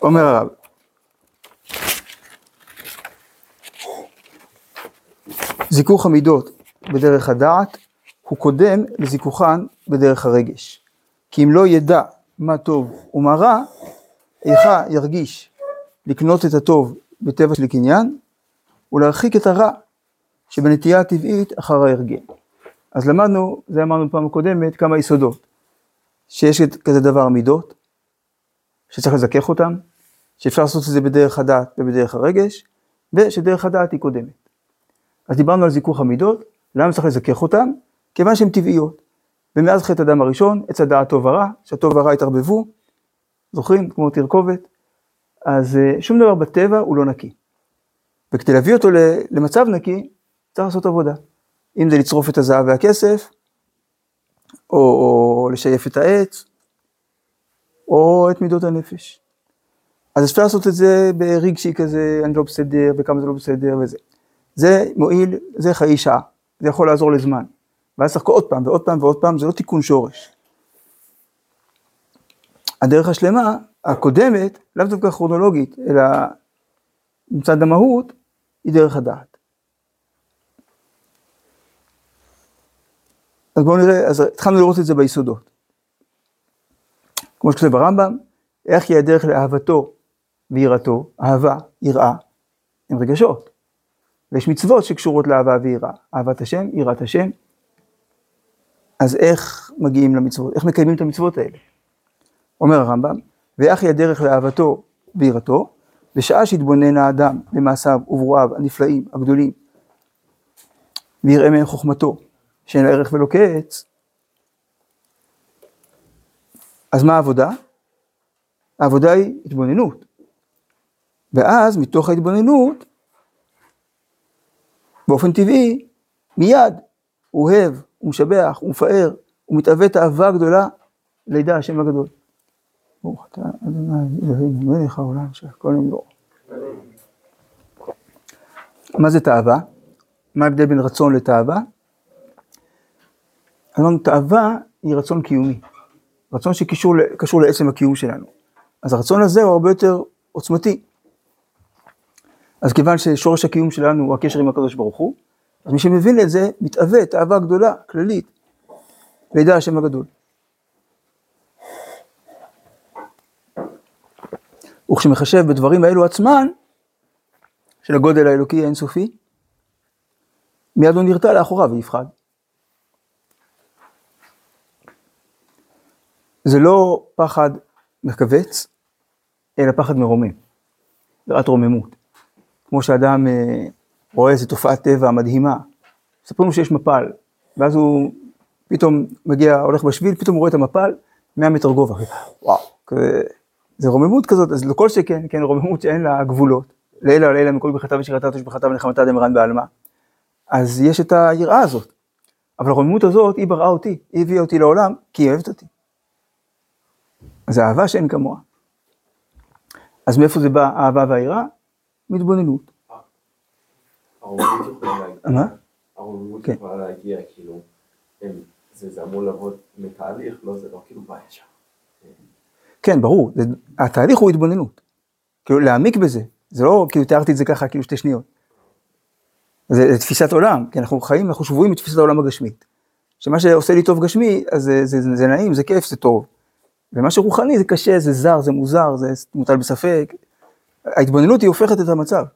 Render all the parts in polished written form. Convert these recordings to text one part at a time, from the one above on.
אומר הרב, זיכוך המידות בדרך הדעת הוא קודם לזיכוכן בדרך הרגש. כי אם לא ידע מה טוב ומה רע, איכה ירגיש לקנות את הטוב בטבע של קניין, ולהרחיק את הרע שבנטייה הטבעית אחר ההרגל. אז למדנו, זה אמרנו פעם הקודמת, כמה יסודות. שיש כזה דבר מידות, שצריך לזכך אותם, שאפשר לעשות את זה בדרך הדעת ובדרך הרגש, ושדרך הדעת היא קודמת. אז דיברנו על זיכוך המידות, למה צריך לזכך אותם? כיוון שהן טבעיות. ומאז חטא אדם הראשון, עץ הדעת טוב ורע, שהטוב ורע התערבבו, זוכרים? כמו תרכובת. אז שום דבר בטבע הוא לא נקי. וכדי להביא אותו למצב נקי, צריך לעשות עבודה. אם זה לצרוף את הזהב והכסף, או לשייף את העץ, או את מידות הנפש. אז אפשר לעשות את זה ברגשי כזה, אני לא בסדר, וכמה זה לא בסדר, וזה. זה מועיל, זה חיי שעה. זה יכול לעזור לזמן. ואז צריך עוד פעם ועוד פעם ועוד פעם, זה לא תיקון שורש. הדרך השלמה, הקודמת, לאו דווקא כרונולוגית, אלא מצד המהות, היא דרך הדעת. אז בואו נראה, אז התחלנו לראות את זה ביסודות. כמו שכתוב ברמב"ם, איך היא הדרך לאהבתו ויראתו, אהבה, יראה, הם רגשות. ויש מצוות שקשורות לאהבה ויראה, אהבת השם, יראת השם. אז איך מגיעים למצוות, איך מקיימים את המצוות האלה? אומר הרמב"ם, ואיך היא הדרך לאהבתו ויראתו, בשעה שהתבונן האדם במעשיו וברואיו הנפלאים, הגדולים, ויראה מהם חוכמתו, שאין לה ערך ולא קץ. אז מה העבודה? העבודה היא התבוננות. ואז מתוך ההתבוננות, באופן טבעי, מיד הוא אוהב, הוא משבח, הוא מפאר, הוא מתאווה את האהבה הגדולה לידע השם הגדול. ברוך אתה אדוני אלוהינו מלך העולם שהכל נברא. מה זה תאווה? מה ההבדל בין רצון לתאווה? אמרנו, תאווה היא רצון קיומי. רצון שקשור לעצם הקיום שלנו. אז הרצון הזה הוא הרבה יותר עוצמתי. אז כיוון ששורש הקיום שלנו הוא הקשר עם הקדוש ברוך הוא, אז מי שמבין את זה, מתאווה, תאווה גדולה, כללית, לידע השם הגדול. וכשמחשב בדברים האלו עצמן, של הגודל האלוקי האינסופי, מיד הוא נרתע לאחוריו ויפחד. זה לא פחד מכווץ, אלא פחד מרומם, דעת רוממות. כמו שאדם רואה איזו תופעת טבע מדהימה, ספרים שיש מפל, ואז הוא פתאום מגיע, הולך בשביל, פתאום הוא רואה את המפל, 100 מטר גובה, וואו, זה רוממות כזאת, אז לכל שכן, כן, רוממות שאין לה גבולות, לילה לילה מכל בכתב ושירתה תשבחתה ונחמתה דמרן בעלמה, אז יש את היראה הזאת, אבל הרוממות הזאת, היא בראה אותי, היא הביאה אותי לעולם, כי היא אוהבת אותי. אז האהבה שאין כמוה. אז מאיפה זה בא האהבה והיראה? מתבוננות. הרוממות יכולה להגיע. מה? הרוממות יכולה להגיע, כאילו, זה אמור לעבוד מתהליך, לא, זה לא כאילו בא ישר. כן, ברור, התהליך הוא התבוננות. כאילו, להעמיק בזה, זה לא, כאילו, תיארתי את זה ככה, כאילו, 2 שניות. זה תפיסת עולם, כי אנחנו חיים, אנחנו שבויים בתפיסת העולם הגשמית. שמה שעושה לי טוב גשמי, אז זה נעים, זה כיף, זה טוב. ומה שרוחני זה קשה, זה זר, זה מוזר, זה מוטל בספק. ההתבוננות היא הופכת את המצב.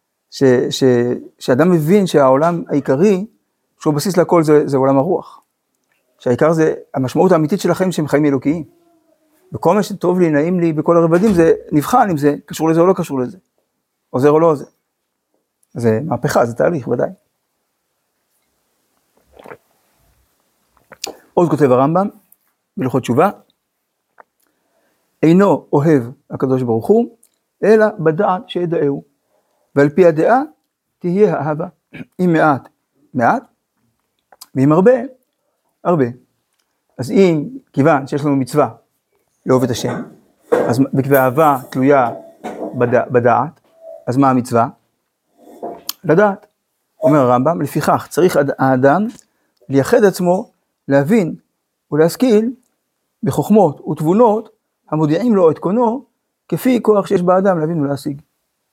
שאדם מבין שהעולם העיקרי, שהוא בסיס לכל, זה עולם הרוח. שהעיקר זה, המשמעות האמיתית של החיים שהם חיים אלוקיים. וכל מה שטוב לי, נעים לי, בכל הרבדים, זה נבחן אם זה קשור לזה או לא קשור לזה. עוזר או לא עוזר. זה מהפכה, זה תהליך, ודאי. עוד כותב הרמב"ם, בהלכות תשובה, אינו אוהב הקדוש ברוך הוא, אלא בדעת שידעהו, ועל פי הדעה תהיה האהבה, אם מעט, מעט, ואם הרבה, הרבה. אז אם, כיוון שיש לנו מצווה לאהוב את השם, אז והאהבה תלויה בדעת, אז מה המצווה? לדעת. אומר הרמב"ם, לפיכך צריך האדם לייחד עצמו, להבין ולהשכיל בחוכמות ותבונות, המודיעים לו את קונו, כפי כוח שיש באדם להבין ולהשיג.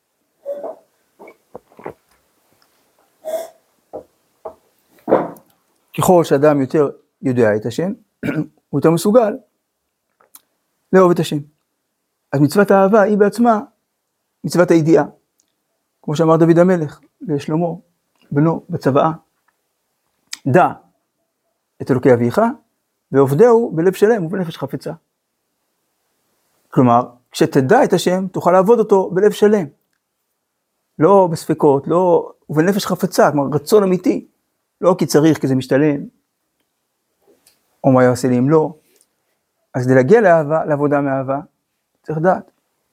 ככל שאדם יותר יודע את השם, הוא יותר מסוגל לאהוב את השם. אז מצוות האהבה היא בעצמה מצוות הידיעה. כמו שאמר דוד המלך לשלמה, בנו בצוואה, דע את אלוקי אביך, ועובדהו בלב שלם ובנפש חפצה. כלומר, כשתדע את השם, תוכל לעבוד אותו בלב שלם. לא בספקות, לא, ובנפש חפצה, כלומר רצון אמיתי. לא כי צריך, כי זה משתלם, או מה יעשה לי אם לא. אז כדי להגיע לאהבה, לעבודה מאהבה, צריך דעת.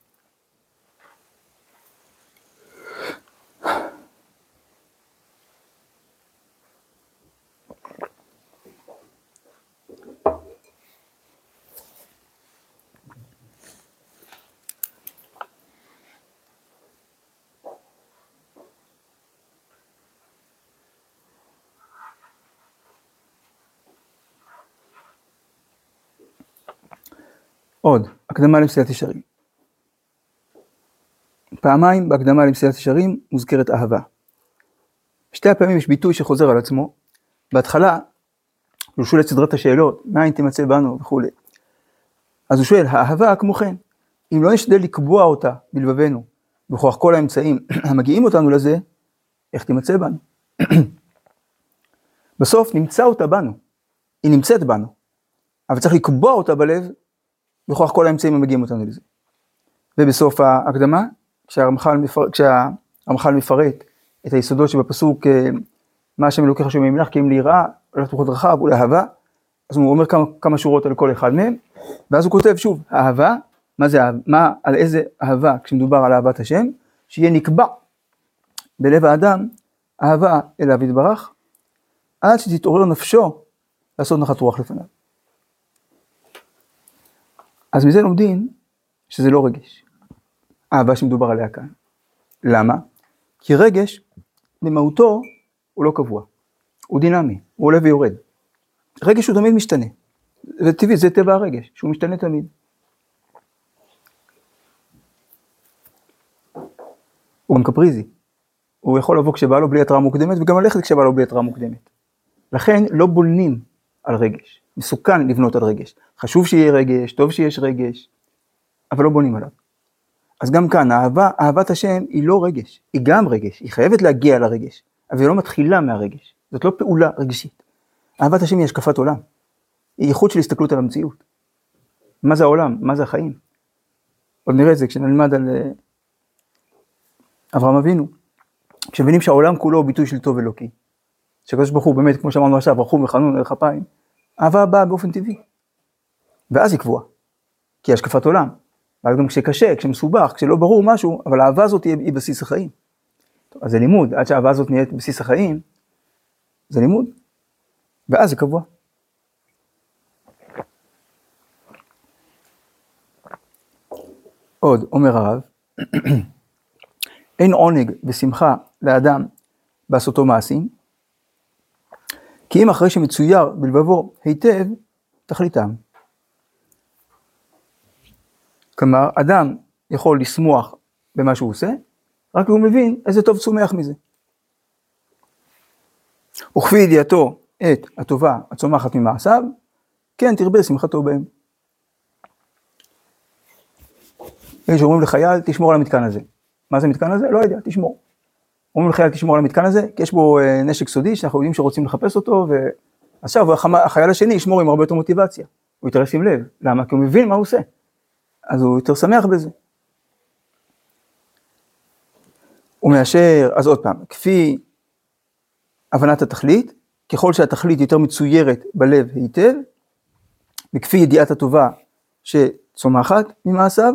עוד, הקדמה למסילת ישרים. פעמיים בהקדמה למסילת ישרים מוזכרת אהבה. שתי הפעמים יש ביטוי שחוזר על עצמו. בהתחלה, הוא שואל את סדרת השאלות, מאין תמצא בנו וכו'. אז הוא שואל, האהבה כמו כן, אם לא נשתדל לקבוע אותה בלבבנו, בכוח כל האמצעים המגיעים אותנו לזה, איך תמצא בנו? בסוף נמצא אותה בנו, היא נמצאת בנו, אבל צריך לקבוע אותה בלב, בכוח כל האמצעים המגיעים אותנו לזה. ובסוף ההקדמה, כשהרמח"ל מפרט את היסודות שבפסוק, מה השם אלוקיך שומע ממך, כי אם ליראה, הולכת פחות רחב ולאהבה, אז הוא אומר כמה שורות על כל אחד מהם, ואז הוא כותב שוב, האהבה, על איזה אהבה, כשמדובר על אהבת השם, שיהיה נקבע בלב האדם, אהבה אליו יתברך, עד שתתעורר נפשו לעשות נחת רוח לפניו. אז מזה לומדים שזה לא רגש, אהבה שמדובר עליה כאן. למה? כי רגש במהותו הוא לא קבוע, הוא דינמי, הוא עולה ויורד. רגש הוא תמיד משתנה, זה טבעי, זה טבע הרגש, שהוא משתנה תמיד. הוא גם קפריזי, הוא יכול לבוא כשבא לו בלי התראה מוקדמת, וגם ללכת כשבא לו בלי התראה מוקדמת. לכן לא בולנים על רגש, מסוכן לבנות על רגש. חשוב שיהיה רגש, טוב שיש רגש, אבל לא בונים עליו. אז גם כאן, אהבת השם היא לא רגש, היא גם רגש, היא חייבת להגיע לרגש, אבל היא לא מתחילה מהרגש, זאת לא פעולה רגשית. אהבת השם היא השקפת עולם, היא ייחוד של הסתכלות על המציאות. מה זה העולם? מה זה החיים? עוד נראה את זה כשנלמד על אברהם אבינו, כשמבינים שהעולם כולו הוא ביטוי של טוב אלוקי, שקדוש ברוך הוא באמת, כמו שאמרנו עכשיו, רחום וחנון ערך אפיים, אהבה באה באופן טבעי, ואז היא קבועה, כי היא השקפת עולם, אבל גם כשקשה, כשמסובך, כשלא ברור משהו, אבל האהבה הזאת היא בסיס החיים. אז זה לימוד, עד שהאהבה הזאת נהיית בסיס החיים, זה לימוד, ואז זה קבוע. עוד, אומר הרב, אין עונג ושמחה לאדם בעשותו מעשים, כי אם אחרי שמצויר בלבבו היטב, תכליתם. כלומר, אדם יכול לשמוח במה שהוא עושה, רק הוא מבין איזה טוב צומח מזה. וכפי ידיעתו את הטובה הצומחת ממעשיו, כן תרבה שמחתו בהם. יש אומרים לחייל, תשמור על המתקן הזה. מה זה המתקן הזה? לא יודע, תשמור. אומרים לחייל, תשמור על המתקן הזה, כי יש בו נשק סודי שאנחנו יודעים שרוצים לחפש אותו, ועכשיו החייל השני ישמור עם הרבה יותר מוטיבציה. הוא יותר שים לב. למה? כי הוא מבין מה הוא עושה. אז הוא יותר שמח בזה. הוא מאשר, אז עוד פעם, כפי הבנת התכלית, ככל שהתכלית יותר מצוירת בלב היטב, וכפי ידיעת הטובה שצומחת ממעשיו,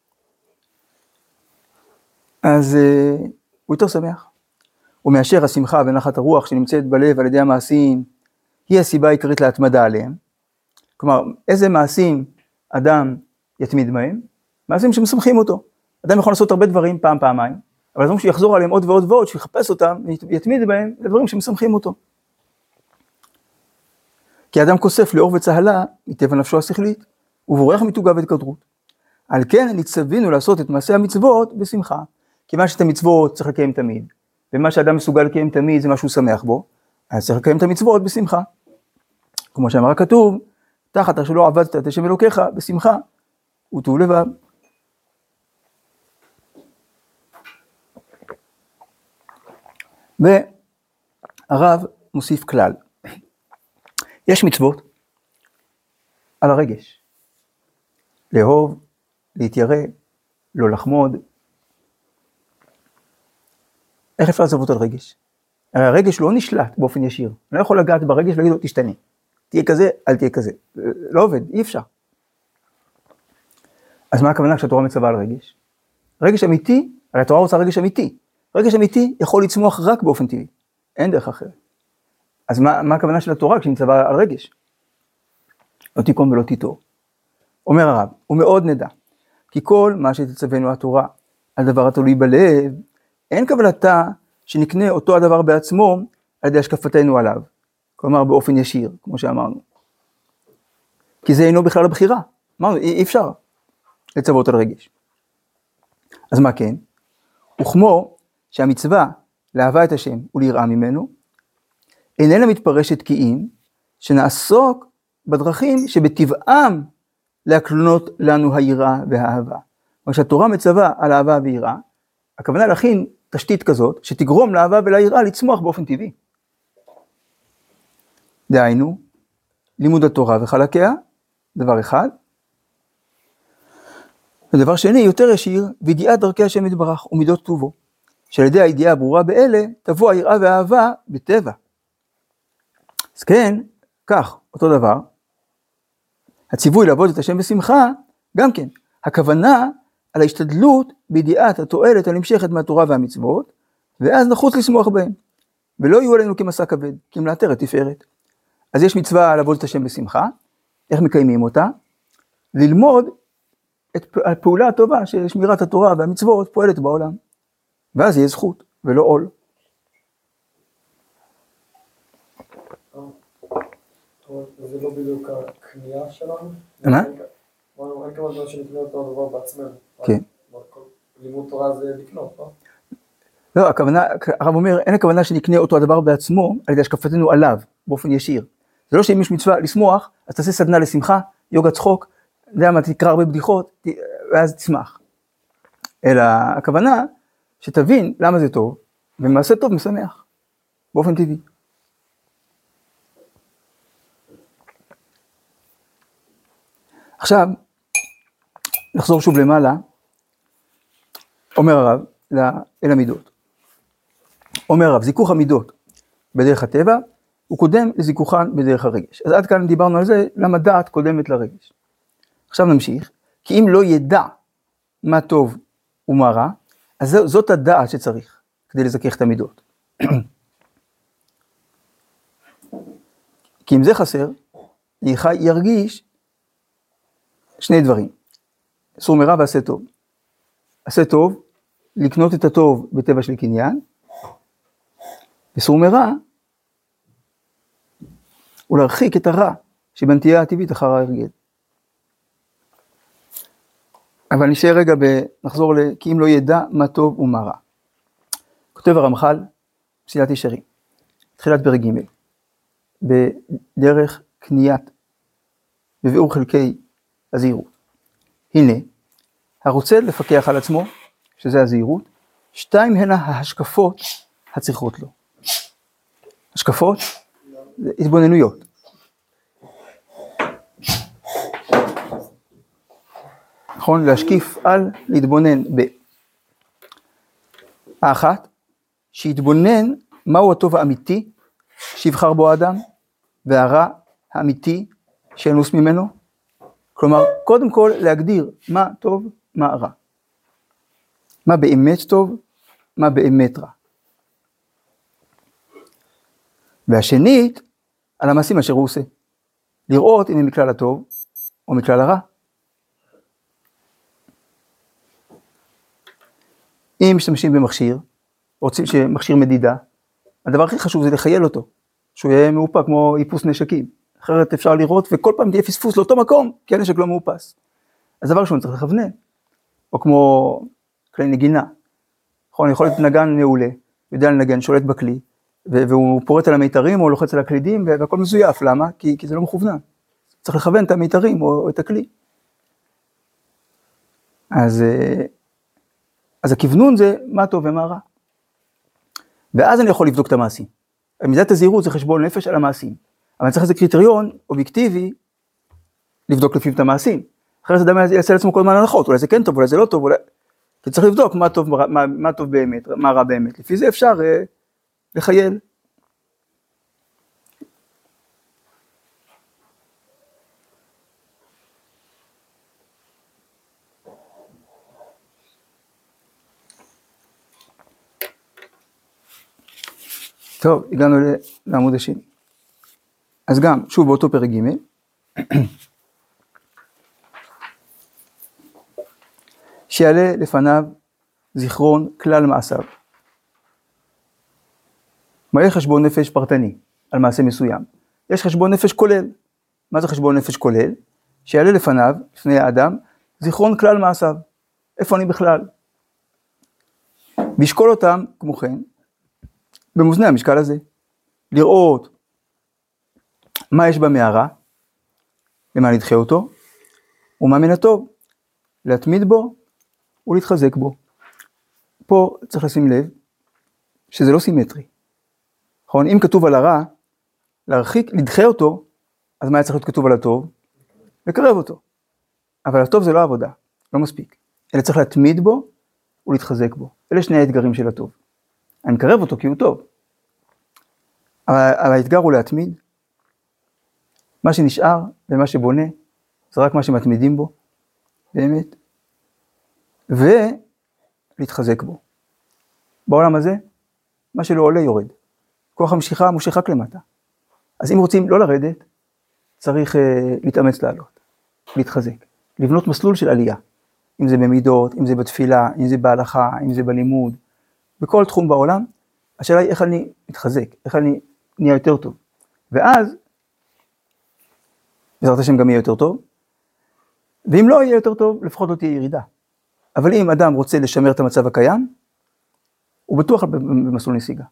אז הוא יותר שמח. הוא מאשר השמחה ונחת הרוח שנמצאת בלב על ידי המעשים, היא הסיבה העיקרית להתמדה עליהם. כלומר, איזה מעשים אדם יתמיד בהם? מעשים שמשמחים אותו. אדם יכול לעשות הרבה דברים פעם, פעמיים, אבל זה שיחזור עליהם עוד ועוד ועוד, שיחפש אותם ויתמיד בהם לדברים שמשמחים אותו. כי האדם כוסף לאור וצהלה מטבע נפשו השכלית, ובורח מתוגה והתקדרות. על כן נצווינו לעשות את מעשה המצוות בשמחה. כיוון שאת המצוות צריך לקיים תמיד, ומה שאדם מסוגל לקיים תמיד זה מה שהוא שמח בו, אז צריך לקיים את המצוות בשמחה. כמו שאמר הכתוב, תחת אשר לא עבדת את השם אלוקיך בשמחה וטוב לבב. והרב מוסיף כלל. יש מצוות על הרגש. לאהוב, להתיירא, לא לחמוד. איך אפשר לצוות על רגש? הרי הרגש לא נשלט באופן ישיר. אני לא יכול לגעת ברגש ולהגיד לו תשתנה. תהיה כזה, אל תהיה כזה. לא עובד, אי אפשר. אז מה הכוונה כשהתורה מצווה על רגש? רגש אמיתי, הרי התורה רוצה רגש אמיתי. רגש אמיתי יכול לצמוח רק באופן טבעי. אין דרך אחרת. אז מה הכוונה של התורה כשהיא מצווה על רגש? לא תיקום ולא תיטור. אומר הרב, ומאוד נדע, כי כל מה שתצווינו התורה על דבר התלוי בלב, אין כוונתה שנקנה אותו הדבר בעצמו על ידי השקפתנו עליו. כלומר באופן ישיר, כמו שאמרנו. כי זה אינו בכלל הבחירה. אמרנו, אי אפשר לצוות על רגש. אז מה כן? וכמו שהמצווה לאהבה את השם וליראה ממנו, איננה מתפרשת כי אם שנעסוק בדרכים שבטבעם להקנות לנו היראה והאהבה. כלומר שהתורה מצווה על אהבה ויראה, הכוונה להכין תשתית כזאת שתגרום לאהבה וליראה לצמוח באופן טבעי. דהיינו, לימוד התורה וחלקיה, דבר אחד. ודבר שני, יותר ישיר, וידיעת דרכי השם יתברך ומידות טובו, שעל ידי הידיעה הברורה באלה, תבוא היראה והאהבה בטבע. אז כן, כך, אותו דבר, הציווי לעבוד את השם בשמחה, גם כן, הכוונה על ההשתדלות בידיעת התועלת הנמשכת מהתורה והמצוות, ואז נחוץ לשמוח בהם, ולא יהיו עלינו כמסע כבד, כמלאתר את תפארת. אז יש מצווה לעבוד את השם בשמחה, איך מקיימים אותה? ללמוד את הפעולה הטובה של שמירת התורה והמצוות פועלת בעולם, ואז יהיה זכות ולא עול. זה לא בדיוק הקנייה שלנו? מה? אין כמובן שנקנה אותו הדבר בעצמנו. כן. לימוד תורה זה לקנות, לא? לא, הכוונה, הרב אומר, אין הכוונה שנקנה אותו הדבר בעצמו, על ידי השקפתנו עליו, באופן ישיר. זה לא שאם יש מצווה לשמוח, אז תעשה סדנה לשמחה, יוגה צחוק, יודע מה, תקרא הרבה בדיחות, ואז תשמח. אלא הכוונה, שתבין למה זה טוב, ומעשה טוב משמח, באופן טבעי. עכשיו, נחזור שוב למעלה, אומר הרב, אל המידות. אומר הרב, זיכוך המידות בדרך הטבע, הוא קודם לזיכוכן בדרך הרגש. אז עד כאן דיברנו על זה, למה דעת קודמת לרגש. עכשיו נמשיך, כי אם לא ידע מה טוב ומה רע, אז זאת הדעת שצריך, כדי לזכך את המידות. כי אם זה חסר, ירגיש שני דברים, סור מרע ועשה טוב. עשה טוב, לקנות את הטוב בטבע של קניין, וסור מרע, ולהרחיק את הרע שבנטייה הטבעית אחר ההרגל. אבל נשאר רגע נחזור כי אם לא ידע מה טוב ומה רע. כותב הרמח"ל, פסילת ישרים, תחילת פרק ג' בדרך קניית, בביאור חלקי הזהירות. הנה, הרוצה לפקח על עצמו, שזה הזהירות, שתיים הנה ההשקפות הצריכות לו. השקפות, זה התבוננויות. נכון? להשקיף על, להתבונן ב. האחת, שיתבונן מהו הטוב האמיתי שיבחר בו האדם, והרע האמיתי שאנוס ממנו. כלומר, קודם כל להגדיר מה טוב, מה רע. מה באמת טוב, מה באמת רע. והשנית, על המעשים אשר הוא עושה. לראות אם הם מכלל הטוב או מכלל הרע. אם משתמשים במכשיר, רוצים שמכשיר מדידה, הדבר הכי חשוב זה לחייל אותו, שהוא יהיה מאופק כמו איפוס נשקים. אחרת אפשר לראות וכל פעם תהיה פספוס לאותו מקום, כי הנשק לא מאופס. אז דבר ראשון צריך לכוונן, או כמו כלי נגינה, נכון, יכול להיות נגן מעולה, יודע לנגן, שולט בכלי, והוא פורט על המיתרים או לוחץ על הקלידים, והכל מזויף, למה? כי זה לא מכוונן, צריך לכוון את המיתרים או את הכלי. אז הכוונון זה מה טוב ומה רע. ואז אני יכול לבדוק את המעשים. מידת הזהירות זה חשבון נפש על המעשים. אבל אני צריך איזה קריטריון אובייקטיבי לבדוק לפיו את המעשים. אחרי זה אדם יעשה לעצמו כל הזמן הנחות, אולי זה כן טוב, אולי זה לא טוב, אולי... צריך לבדוק מה טוב באמת, מה רע באמת. לפי זה אפשר לחייל. טוב, הגענו לעמוד השני. אז גם, שוב באותו פרק ג' שיעלה לפניו זיכרון כלל מעשיו. מה יש חשבון נפש פרטני על מעשה מסוים? יש חשבון נפש כולל. מה זה חשבון נפש כולל? שיעלה לפניו, לפני האדם, זיכרון כלל מעשיו. איפה אני בכלל? וישקול אותם, כמו כן, במאזני המשקל הזה. לראות מה יש במערה, למה נדחה אותו, ומה מן הטוב, להתמיד בו ולהתחזק בו. פה צריך לשים לב שזה לא סימטרי. נכון, אם כתוב על הרע, להרחיק, לדחה אותו, אז מה היה צריך להיות כתוב על הטוב? לקרב אותו. אבל הטוב זה לא עבודה, לא מספיק. אלא צריך להתמיד בו ולהתחזק בו. אלה שני האתגרים של הטוב. אני מקרב אותו כי הוא טוב. אבל האתגר הוא להתמיד. מה שנשאר ומה שבונה, זה רק מה שמתמידים בו, באמת. ולהתחזק בו. בעולם הזה, מה שלא עולה יורד. כוח המשיכה מושך רק למטה. אז אם רוצים לא לרדת, צריך להתאמץ לעלות, להתחזק, לבנות מסלול של עלייה. אם זה במידות, אם זה בתפילה, אם זה בהלכה, אם זה בלימוד, בכל תחום בעולם, השאלה היא איך אני מתחזק, איך אני נהיה יותר טוב. ואז, בעזרת השם גם יהיה יותר טוב, ואם לא יהיה יותר טוב, לפחות לא תהיה ירידה. אבל אם אדם רוצה לשמר את המצב הקיים, הוא בטוח במסלול נסיגה.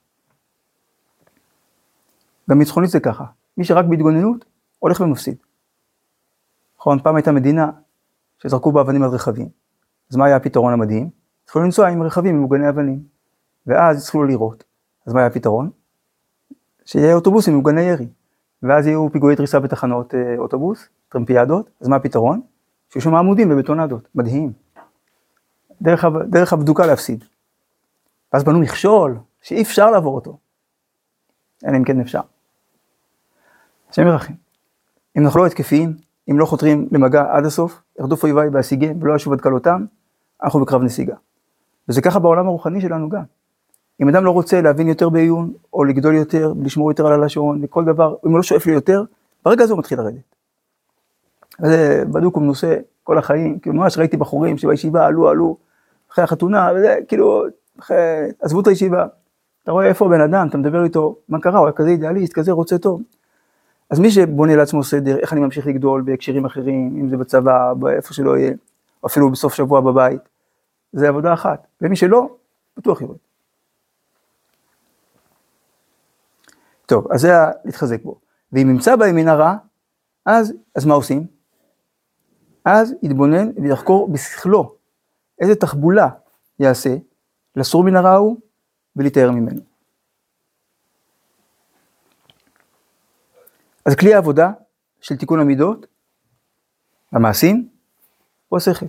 גם מצחונית זה ככה, מי שרק בהתגוננות, הולך ומפסיד. נכון, פעם הייתה מדינה שזרקו בה אבנים על רכבים. אז מה היה הפתרון המדהים? התחילו לנסוע עם רכבים ממוגני אבנים. ואז התחילו לירות. אז מה היה הפתרון? שיהיה אוטובוסים ממוגני ירי. ואז יהיו פיגועי דריסה בתחנות אוטובוס, טרמפיאדות. אז מה הפתרון? שיהיו שם עמודים ובטונדות. מדהים. דרך הבדוקה להפסיד. ואז בנו מכשול שאי אפשר לעבור אותו. אלא אם כן אפשר. השם ירחם. אם אנחנו לא התקפיים, אם לא חותרים למגע עד הסוף, ירדוף אויביי בהשיגם ולא אשוב עד כלותם, אנחנו בקרב נסיגה. וזה ככה בעולם הרוחני שלנו גם. אם אדם לא רוצה להבין יותר בעיון, או לגדול יותר, לשמור יותר על הלשון, וכל דבר, אם הוא לא שואף לי יותר, ברגע הזה הוא מתחיל לרדת. וזה בדוק ומנוסה כל החיים, כי ממש ראיתי בחורים שבישיבה עלו, אחרי החתונה, וזה כאילו, עזבו את הישיבה. אתה רואה איפה בן אדם, אתה מדבר איתו, מה קרה, הוא היה כזה אידיאליסט, כזה רוצה טוב. אז מי שבונה לעצמו סדר, איך אני ממשיך לגדול בהקשרים אחרים, אם זה בצבא, באיפה שלא יהיה, או אפילו בסוף שבוע בבית, זה עבודה אחת. ומי שלא, בטוח יורד. טוב, אז זה להתחזק בו. ואם ימצא בימין הרע, אז מה עושים? אז יתבונן ויחקור בשכלו, איזה תחבולה יעשה, לסור מן הרע הוא ולהתאר ממנו. אז כלי העבודה של תיקון המידות, המעשים, הוא השכל.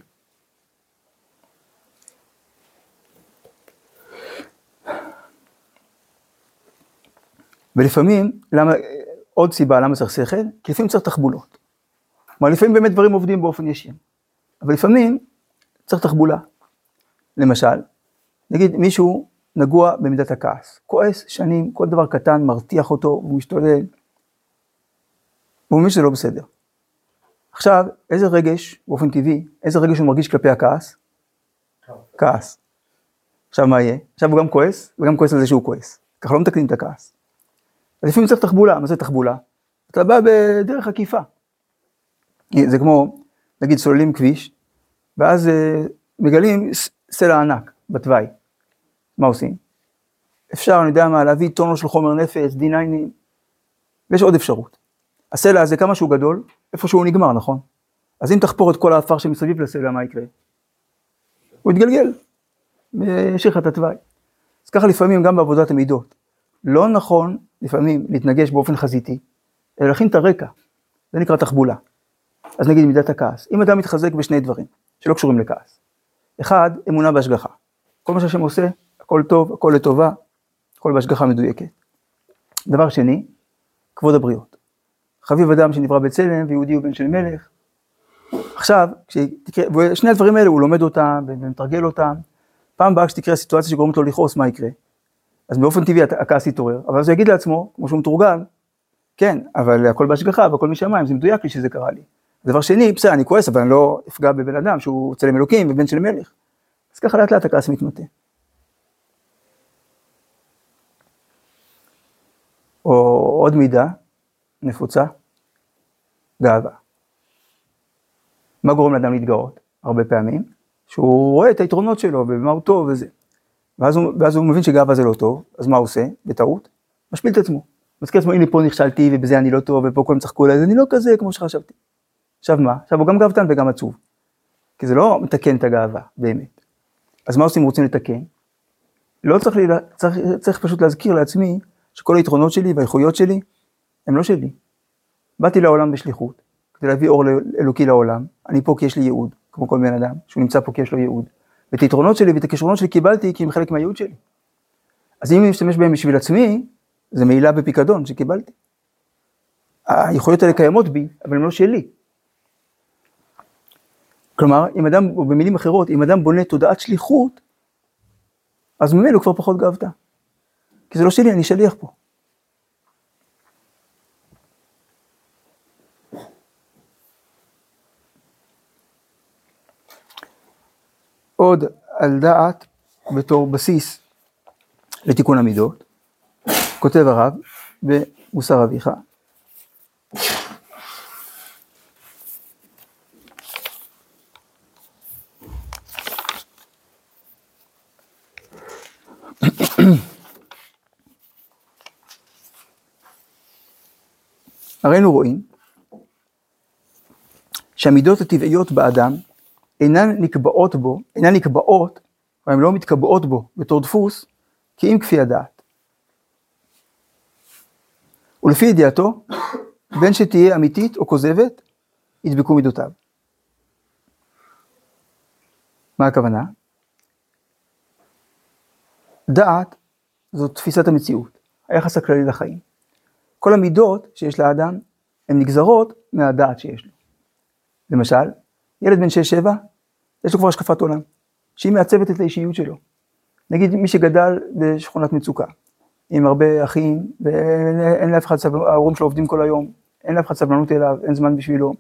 ולפעמים, עוד סיבה למה צריך שכל, כי לפעמים צריך תחבולות. כלומר, לפעמים באמת דברים עובדים באופן ישיר. אבל לפעמים צריך תחבולה. למשל, נגיד מישהו נגוע במידת הכעס. כועס שנים, כל דבר קטן מרתיח אותו, הוא משתולל. הוא מבין שזה לא בסדר. עכשיו, איזה רגש, באופן טבעי, איזה רגש הוא מרגיש כלפי הכעס? כעס. עכשיו מה יהיה? עכשיו הוא גם כועס, וגם כועס על זה שהוא כועס. ככה לא מתקנים את הכעס. אז לפעמים צריך תחבולה. מה זה תחבולה? אתה בא בדרך עקיפה. זה כמו, נגיד, סוללים כביש, ואז מגלים סלע ענק בתוואי. מה עושים? אפשר, אני יודע מה, להביא טונות של חומר נפץ, D9, ויש עוד אפשרות. הסלע הזה כמה שהוא גדול, איפה שהוא נגמר, נכון? אז אם תחפור את כל האפר שמסביב לסלע, מה יקרה? הוא יתגלגל, וישאיר לך את התוואי. אז ככה לפעמים גם בעבודת המידות. לא נכון לפעמים להתנגש באופן חזיתי, אלא להכין את הרקע. זה נקרא תחבולה. אז נגיד מידת הכעס. אם אדם מתחזק בשני דברים, שלא קשורים לכעס. אחד, אמונה בהשגחה. כל מה שהשם עושה, הכל טוב, הכל לטובה, הכל בהשגחה מדויקת. דבר שני, כבוד הבריות. חביב אדם שנברא בצלם, ויהודי הוא בן של מלך. עכשיו, ושני הדברים האלה הוא לומד אותם, ומתרגל אותם. פעם הבאה כשתקרה סיטואציה שגורמת לו לכעוס, מה יקרה? אז באופן טבעי הכעס יתעורר, אבל אז הוא יגיד לעצמו, כמו שהוא מתורגל, כן, אבל הכל בהשגחה, והכל משמיים, זה מדויק לי שזה קרה לי. דבר שני, בסדר, אני כועס, אבל אני לא אפגע בבן אדם שהוא צלם אלוקים ובן של מלך. אז ככה לאט לאט הכעס מתמתן. או עוד מידה נפוצה, גאווה. מה גורם לאדם להתגאות? הרבה פעמים, שהוא רואה את היתרונות שלו ובמה הוא טוב וזה. ואז הוא מבין שגאווה זה לא טוב, אז מה הוא עושה? בטעות, משפיל את עצמו. מזכיר עצמו, הנה פה נכשלתי ובזה אני לא טוב, ופה כולם צחקו עליי, אז אני לא כזה כמו שחשבתי. עכשיו מה? עכשיו הוא גם גאוותן וגם עצוב. כי זה לא מתקן את הגאווה, באמת. אז מה עושים אם רוצים לתקן? לא צריך פשוט להזכיר לעצמי, שכל היתרונות שלי והאיכויות שלי, הם לא שלי. באתי לעולם בשליחות, כדי להביא אור אלוקי לעולם, אני פה כי יש לי ייעוד, כמו כל בן אדם, שהוא נמצא פה כי יש לו ייעוד. ואת היתרונות שלי ואת הכישרונות שלי קיבלתי, כי הם חלק מהייעוד שלי. אז אם אני משתמש בהם בשביל עצמי, זה מעילה בפיקדון שקיבלתי. היכולות האלה קיימות בי, אבל הן לא שלי. כלומר, אם אדם, או במילים אחרות, אם אדם בונה תודעת שליחות, אז ממנו הוא כבר פחות גאוותה. כי זה לא שלי, אני שליח פה. עוד על דעת בתור בסיס לתיקון המידות, כותב הרב במוסר אביך. הראינו רואים שהמידות הטבעיות באדם אינן נקבעות, או הן לא מתקבעות בו בתור דפוס, כי אם כפי הדעת. ולפי ידיעתו, בין שתהיה אמיתית או כוזבת, ידבקו מידותיו. מה הכוונה? דעת זו תפיסת המציאות, היחס הכללי לחיים. כל המידות שיש לאדם, הן נגזרות מהדעת שיש לו. למשל, ילד בן 6-7, יש לו כבר השקפת עולם, שהיא מעצבת את האישיות שלו. נגיד מי שגדל בשכונת מצוקה, עם הרבה אחים, ואין לאף אחד סבלנות, ההורים שלו עובדים כל היום, אין לאף אחד סבלנות אליו, אין זמן בשבילו.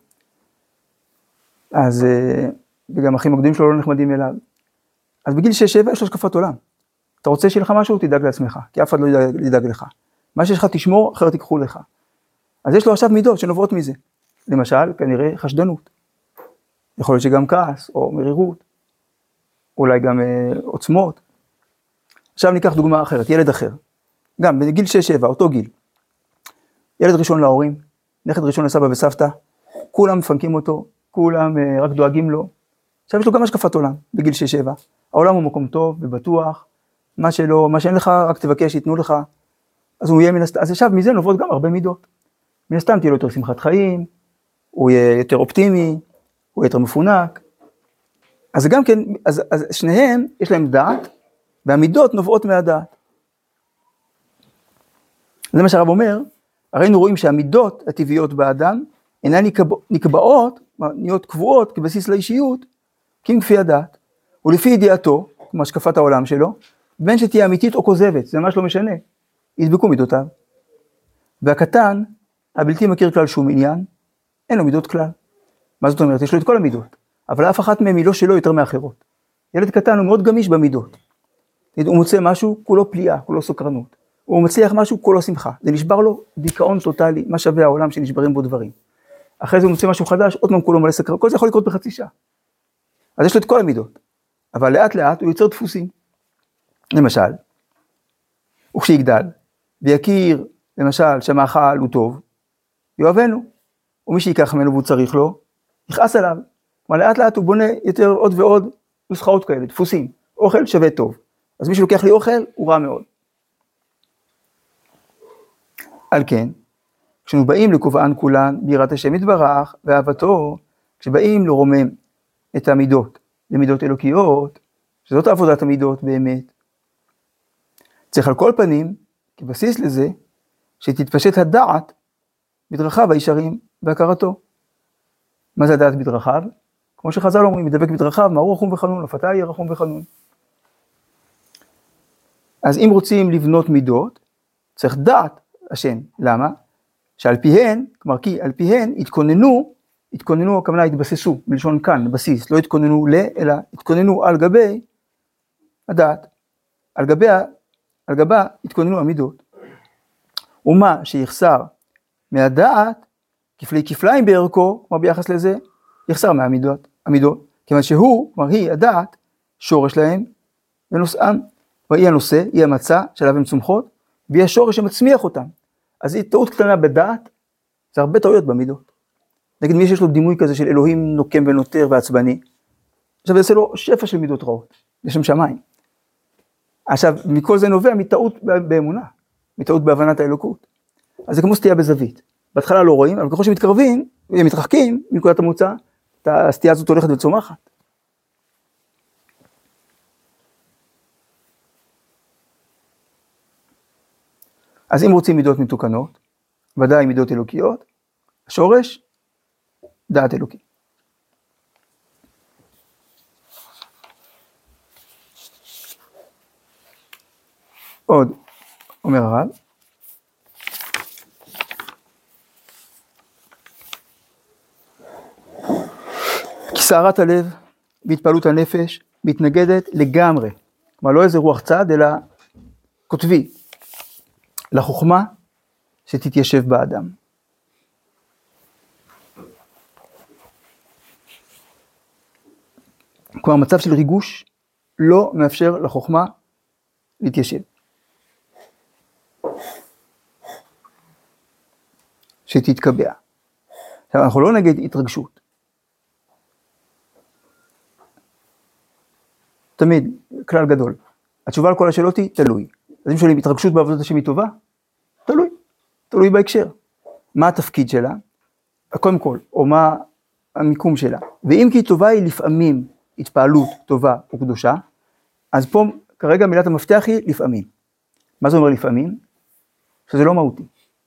אז, וגם אחים הגדולים שלו לא נחמדים אליו. אז בגיל 6-7 יש לו השקפת עולם. אתה רוצה שיהיה לך משהו, תדאג לעצמך, כי אף אחד לא ידאג לך. מה שיש לך תשמור, אחרת תיקחו לך. אז יש לו עכשיו מידות שנובעות מזה. למשל, כנראה חשדנות. יכול להיות שגם כעס או מרירות, אולי גם עוצמות. עכשיו ניקח דוגמה אחרת, ילד אחר. גם בגיל 6-7, אותו גיל. ילד ראשון להורים, נכד ראשון לסבא וסבתא, כולם מפנקים אותו, כולם רק דואגים לו. עכשיו יש לו גם השקפת עולם, בגיל 6-7. העולם הוא מקום טוב ובטוח, מה שאין לך, רק תבקש, ייתנו לך. אז הוא יהיה אז עכשיו מזה נובעות גם הרבה מידות. מן הסתם תהיה לו יותר שמחת חיים, הוא יהיה יותר אופטימי, הוא יהיה יותר מפונק. אז גם כן, אז שניהם יש להם דעת, והמידות נובעות מהדעת. זה מה שהרב אומר, הרי רואים שהמידות הטבעיות באדם, אינן נקבעות, נהיות קבועות כבסיס לאישיות, כי אם כפי הדעת. ולפי ידיעתו, כמו השקפת העולם שלו, בין שתהיה אמיתית או כוזבת, זה ממש לא משנה, ידבקו מידותיו. והקטן, הבלתי מכיר כלל שום עניין, אין לו מידות כלל. מה זאת אומרת? יש לו את כל המידות, אבל אף אחת מהן היא לא שלו יותר מאחרות. ילד קטן הוא מאוד גמיש במידות. הוא מוצא משהו, כולו פליאה, כולו סוקרנות. הוא מצליח משהו, כולו שמחה. זה נשבר לו דיכאון טוטלי, מה שווה העולם שנשברים בו דברים. אחרי זה הוא מוצא משהו חדש, עוד פעם כולו מלא סקרנות, כל זה יכול לקרות בחצי שעה. אז יש לו את כל המידות, אבל לאט לאט הוא יוצר דפוסים. למשל, וכשיגדל, ויכיר, למשל, שהמאכל הוא טוב, יאהבנו, ומי שיקח ממנו והוא צריך לו, יכעס עליו. כלומר, לאט לאט הוא בונה יותר עוד ועוד נוסחאות כאלה, דפוסים. אוכל שווה טוב. אז מי שלוקח לי אוכל, הוא רע מאוד. על כן, כשאנו באים לקובען כולן, ביראת השם יתברך, ואהבתו, כשבאים לרומם את המידות, למידות אלוקיות, שזאת עבודת המידות באמת, צריך על כל פנים, כבסיס לזה, שתתפשט הדעת בדרכיו הישרים בהכרתו. מה זה הדעת בדרכיו? כמו שחז"ל אומרים, מדבק בדרכיו, מהו רחום וחנון, לפתה יהיה רחום וחנון. אז אם רוצים לבנות מידות, צריך דעת השם. למה? שעל פיהן, כלומר כי על פיהן התכוננו, הכוונה התבססו, מלשון כאן, בסיס, לא התכוננו אלא התכוננו על גבי הדעת. על גבה התכוננו המידות. ומה שיחסר מהדעת, כפלי כפליים בערכו, כמו ביחס לזה, יחסר מהמידות, כיוון שהוא, כלומר היא הדעת, שורש להם ונושאם. היא הנושא, היא המצע שעליו הן צומחות, והיא השורש שמצמיח אותם. אז היא טעות קטנה בדעת, זה הרבה טעויות במידות. נגיד מי שיש לו דימוי כזה של אלוהים נוקם ונותר ועצבני, עכשיו זה עושה לו שפע של מידות רעות, לשם שמיים. עכשיו, מכל זה נובע מטעות באמונה, מטעות בהבנת האלוקות. אז זה כמו סטייה בזווית. בהתחלה לא רואים, אבל ככל שמתקרבים, ומתרחקים מנקודת המוצא, הסטייה הזאת הולכת וצומחת. אז אם רוצים מידות מתוקנות, ודאי מידות אלוקיות, השורש, דעת אלוקי. עוד, אומר הרב, כי סערת הלב והתפעלות הנפש מתנגדת לגמרי, כלומר לא איזה רוח צד, אלא כותבי, לחוכמה שתתיישב באדם. כלומר, מצב של ריגוש לא מאפשר לחוכמה להתיישב. שתתקבע. עכשיו, אנחנו לא נגד התרגשות. תמיד, כלל גדול. התשובה על כל השאלות היא תלוי. אז אם שואלים, התרגשות בעבודת השם היא טובה? תלוי בהקשר. מה התפקיד שלה? קודם כל, או מה המיקום שלה. ואם כי טובה היא לפעמים התפעלות טובה או קדושה, אז פה כרגע מילת המפתח היא לפעמים. מה זה אומר לפעמים? שזה לא מהותי.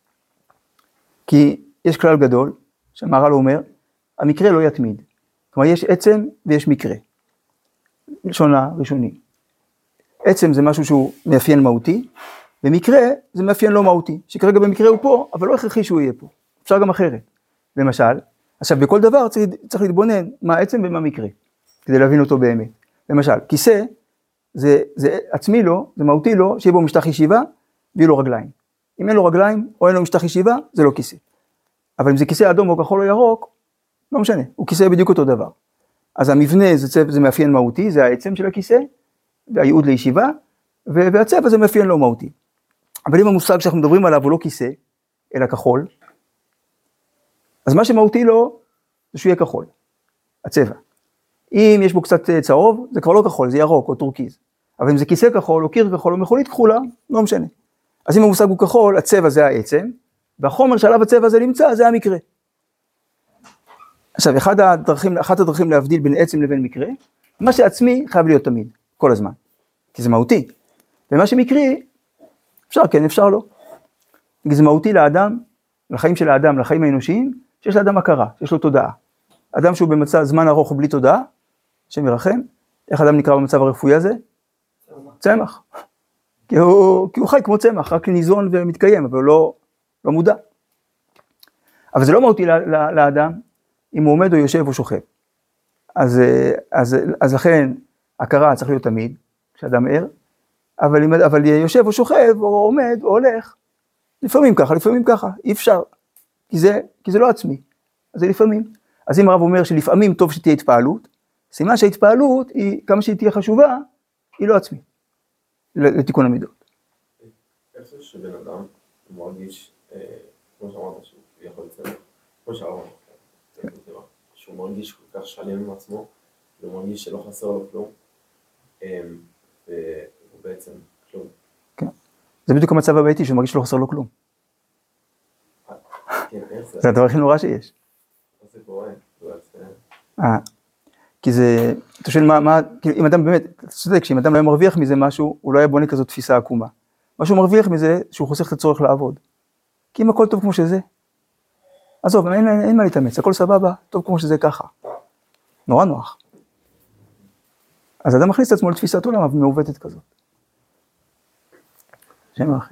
כי יש כלל גדול, שהמהר"ל אומר, המקרה לא יתמיד. כלומר, יש עצם ויש מקרה. לשונה ראשוני. עצם זה משהו שהוא מאפיין מהותי, ומקרה זה מאפיין לא מהותי, שכרגע במקרה הוא פה, אבל לא הכרחי שהוא יהיה פה. אפשר גם אחרת. למשל, עכשיו בכל דבר צריך להתבונן מה העצם ומה מקרה, כדי להבין אותו באמת. למשל, כיסא, זה עצמי לו, זה מהותי לו, שיהיה בו משטח ישיבה, ויהיו לו רגליים. אם אין לו רגליים, או אין לו משטח ישיבה, זה לא כיסא. אבל אם זה כיסא אדום או כחול או ירוק, לא משנה, הוא כיסא בדיוק אותו דבר. אז המבנה זה מאפיין מהותי, זה העצם של הכיסא, והייעוד לישיבה, והצבע זה מאפיין לא מהותי. אבל אם המושג שאנחנו מדברים עליו הוא לא כיסא, אלא כחול, אז מה שמהותי לו, זה שהוא יהיה כחול, הצבע. אם יש בו קצת צהוב, זה כבר לא כחול, זה ירוק או טורקיז. אבל אם זה כיסא כחול או קיר כחול או מכונית כחולה, לא משנה. אז אם המושג הוא כחול, הצבע זה העצם, והחומר שעליו הצבע הזה נמצא, זה המקרה. עכשיו, אחת הדרכים להבדיל בין עצם לבין מקרה, מה שעצמי חייב להיות תמיד, כל הזמן, כי זה מהותי. ומה שמקרי, אפשר כן, אפשר לא. כי זה מהותי לאדם, לחיים של האדם, לחיים האנושיים, שיש לאדם הכרה, שיש לו תודעה. אדם שהוא במצב זמן ארוך ובלי תודעה, השם ירחם, איך אדם נקרא במצב הרפואי הזה? צמח. כי הוא חי כמו צמח, רק ניזון ומתקיים, אבל הוא לא מודע. אבל זה לא מהותי לאדם, אם הוא עומד או יושב או שוכב. אז לכן, הכרה צריך להיות תמיד, כשאדם ער, אבל יושב או שוכב או עומד או הולך, לפעמים ככה, אי אפשר, כי זה לא עצמי, אז זה לפעמים. אז אם הרב אומר שלפעמים טוב שתהיה התפעלות, סימן שההתפעלות היא, כמה שהיא תהיה חשובה, היא לא עצמית, לתיקון המידות. איך זה שבן אדם מרגיש, כמו שאמרת, שהוא יכול לצלם, כמו שאמרת, שהוא מרגיש כל כך שלם עם עצמו, הוא מרגיש שלא חסר לו כלום, והוא בעצם כלום. כן, זה בדיוק המצב הביתי, שהוא מרגיש שלא חסר לו כלום. כן, איך זה? זה הדבר הכי נורא שיש. איך זה קורה? כי זה, אתה שואל מה, אם אדם באמת, אתה צודק, שאם אדם לא מרוויח מזה משהו, הוא לא היה בונה כזאת תפיסה עקומה. מה שהוא מרוויח מזה, שהוא חוסך את הצורך לעבוד. כי אם הכל טוב כמו שזה, עזוב, אין מה להתאמץ, הכל סבבה, טוב כמו שזה ככה. נורא נוח. אז אדם מכניס את עצמו לתפיסת עולם מעוותת כזאת. שם אחר.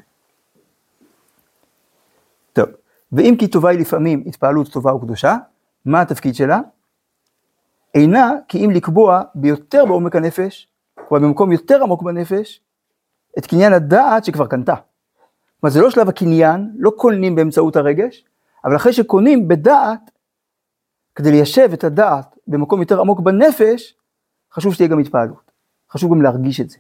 טוב, ואם כי טובה היא לפעמים התפעלות טובה וקדושה, מה התפקיד שלה? אינה כי אם לקבוע ביותר בעומק הנפש, או במקום יותר עמוק בנפש, את קניין הדעת שכבר קנתה. כלומר, זה לא שלב הקניין, לא קונים באמצעות הרגש, אבל אחרי שקונים בדעת, כדי ליישב את הדעת במקום יותר עמוק בנפש, חשוב שתהיה גם התפעלות. חשוב גם להרגיש את זה.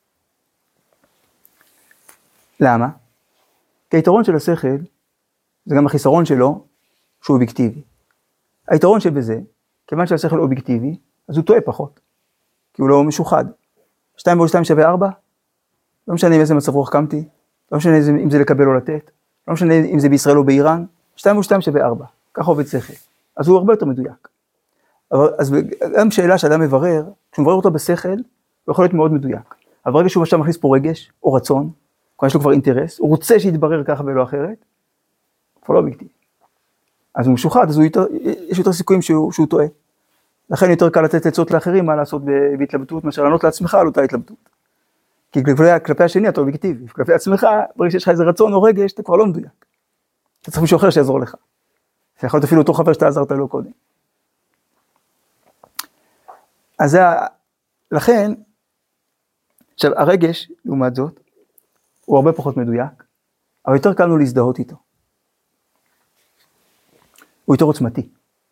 למה? כי היתרון של השכל, זה גם החיסרון שלו, שהוא אובייקטיבי. היתרון שבזה, כיוון שהשכל אובייקטיבי, אז הוא טועה פחות. כי הוא לא משוחד. 2 ועוד 2 שווה 4, לא משנה עם איזה מצב רוח קמתי, לא משנה אם זה לקבל או לתת, לא משנה אם זה בישראל או באיראן, 2 ועוד 2 שווה 4, ככה עובד שכל. אז הוא הרבה יותר מדויק. אז גם שאלה שאדם מברר, כשהוא מברר אותו בשכל, הוא יכול להיות מאוד מדויק. אבל ברגע שהוא עכשיו מכניס פה רגש או רצון, יש לו כבר אינטרס, הוא רוצה שיתברר ככה ולא אחרת, הוא כבר לא אובייקטיבי. אז הוא משוחד, אז יש יותר סיכויים שהוא טועה. לכן יותר קל לתת עצות לאחרים מה לעשות בהתלבטות, מאשר לענות לעצמך על אותה התלבטות. כי כלפי השני אתה אובייקטיבי, כלפי עצמך, ברגע שיש לך איזה רצון או רגש, אתה כבר לא מדויק. אתה צריך מישהו אחר שיעזור לך. זה יכול להיות אפילו אותו חבר שאתה עזרת לו קודם. אז לכן, עכשיו הרגש, לעומת זאת, הוא הרבה פחות מדויק, אבל יותר קל לנו להזדהות איתו. הוא יותר עוצמתי.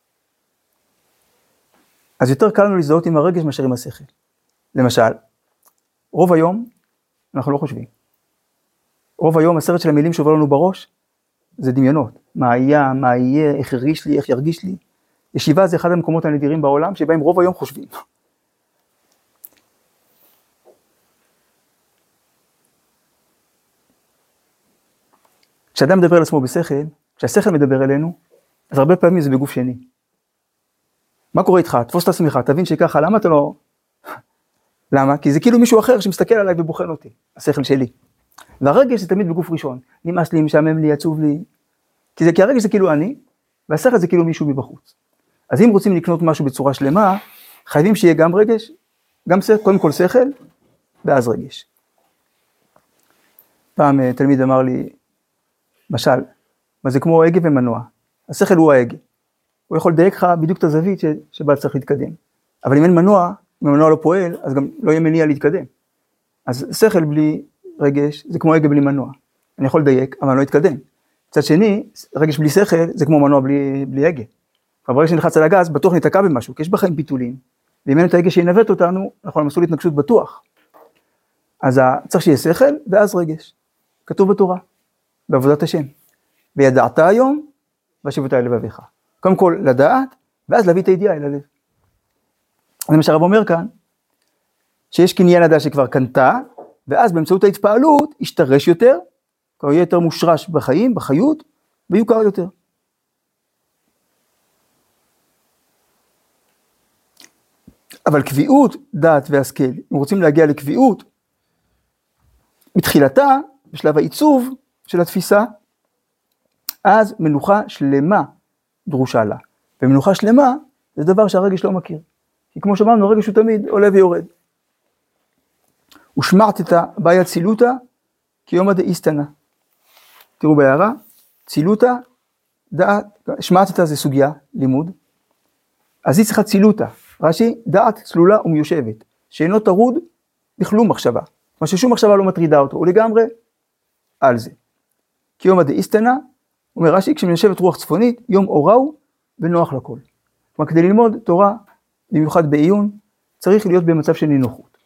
אז יותר קל לנו להזדהות עם הרגש מאשר עם השכל. למשל, רוב היום אנחנו לא חושבים. רוב היום הסרט של המילים שעובר לנו בראש, זה דמיונות. מה היה, מה יהיה, איך הרגיש לי, איך ירגיש לי. ישיבה זה אחד המקומות הנדירים בעולם, שבהם רוב היום חושבים. כשאדם מדבר על עצמו בשכל, כשהשכל מדבר אלינו, אז הרבה פעמים זה בגוף שני. מה קורה איתך? תפוס את עצמך, תבין שככה, למה אתה לא... למה? כי זה כאילו מישהו אחר שמסתכל עליי ובוחן אותי, השכל שלי. והרגש זה תמיד בגוף ראשון. נמאס לי, משעמם לי, עצוב לי. כי הרגש זה כאילו אני, והשכל זה כאילו מישהו מבחוץ. אז אם רוצים לקנות משהו בצורה שלמה, חייבים שיהיה גם רגש, גם קודם כל שכל, ואז רגש. פעם תלמיד אמר לי, משל, מה זה כמו הגה ומנוע. השכל הוא ההגה. הוא יכול לדייק לך בדיוק את הזווית שבה צריך להתקדם. אבל אם אין מנוע, אם המנוע לא פועל, אז גם לא יהיה מניע להתקדם. אז שכל בלי רגש, זה כמו הגה בלי מנוע. אני יכול לדייק, אבל אני לא אתקדם. מצד שני, רגש בלי שכל, זה כמו מנוע בלי הגה. אבל ברגע שנלחץ על הגז, בטוח ניתקע במשהו, כי יש בחיים פיתולים. ואם אין את ההגה שינווט אותנו, אנחנו על מסלול התנגשות בטוח. אז צריך שיהיה שכל, ואז רגש. כתוב בתורה, בעבודת השם. וידעת היום, והשיבותה אל לבביך. קודם כל לדעת, ואז להביא את הידיעה אל הלב. זה מה שהרב אומר כאן, שיש קניין הדעת שכבר קנתה, ואז באמצעות ההתפעלות, ישתרש יותר, כבר יהיה יותר מושרש בחיים, בחיות, ויוכר יותר. אבל קביעות דעת והשכל, אם רוצים להגיע לקביעות, בתחילתה, בשלב העיצוב של התפיסה, אז מנוחה שלמה דרושה לה. ומנוחה שלמה זה דבר שהרגש לא מכיר. כי כמו שאמרנו, הרגש הוא תמיד עולה ויורד. ושמעתתה בעיה צילותה, כי יומא דאיסתנא. תראו בהערה, צילותה, דעת, שמעתתה זה סוגיה, לימוד. אז היא צריכה צילותה. רש"י, דעת צלולה ומיושבת, שאינו טרוד בכלום מחשבה. מה ששום מחשבה לא מטרידה אותו, הוא לגמרי על זה. כי יומא דאיסתנא, אומר רש"י, כשמנשבת רוח צפונית, יום אורהו ונוח לכל. כלומר, כדי ללמוד תורה, במיוחד בעיון, צריך להיות במצב של נינוחות.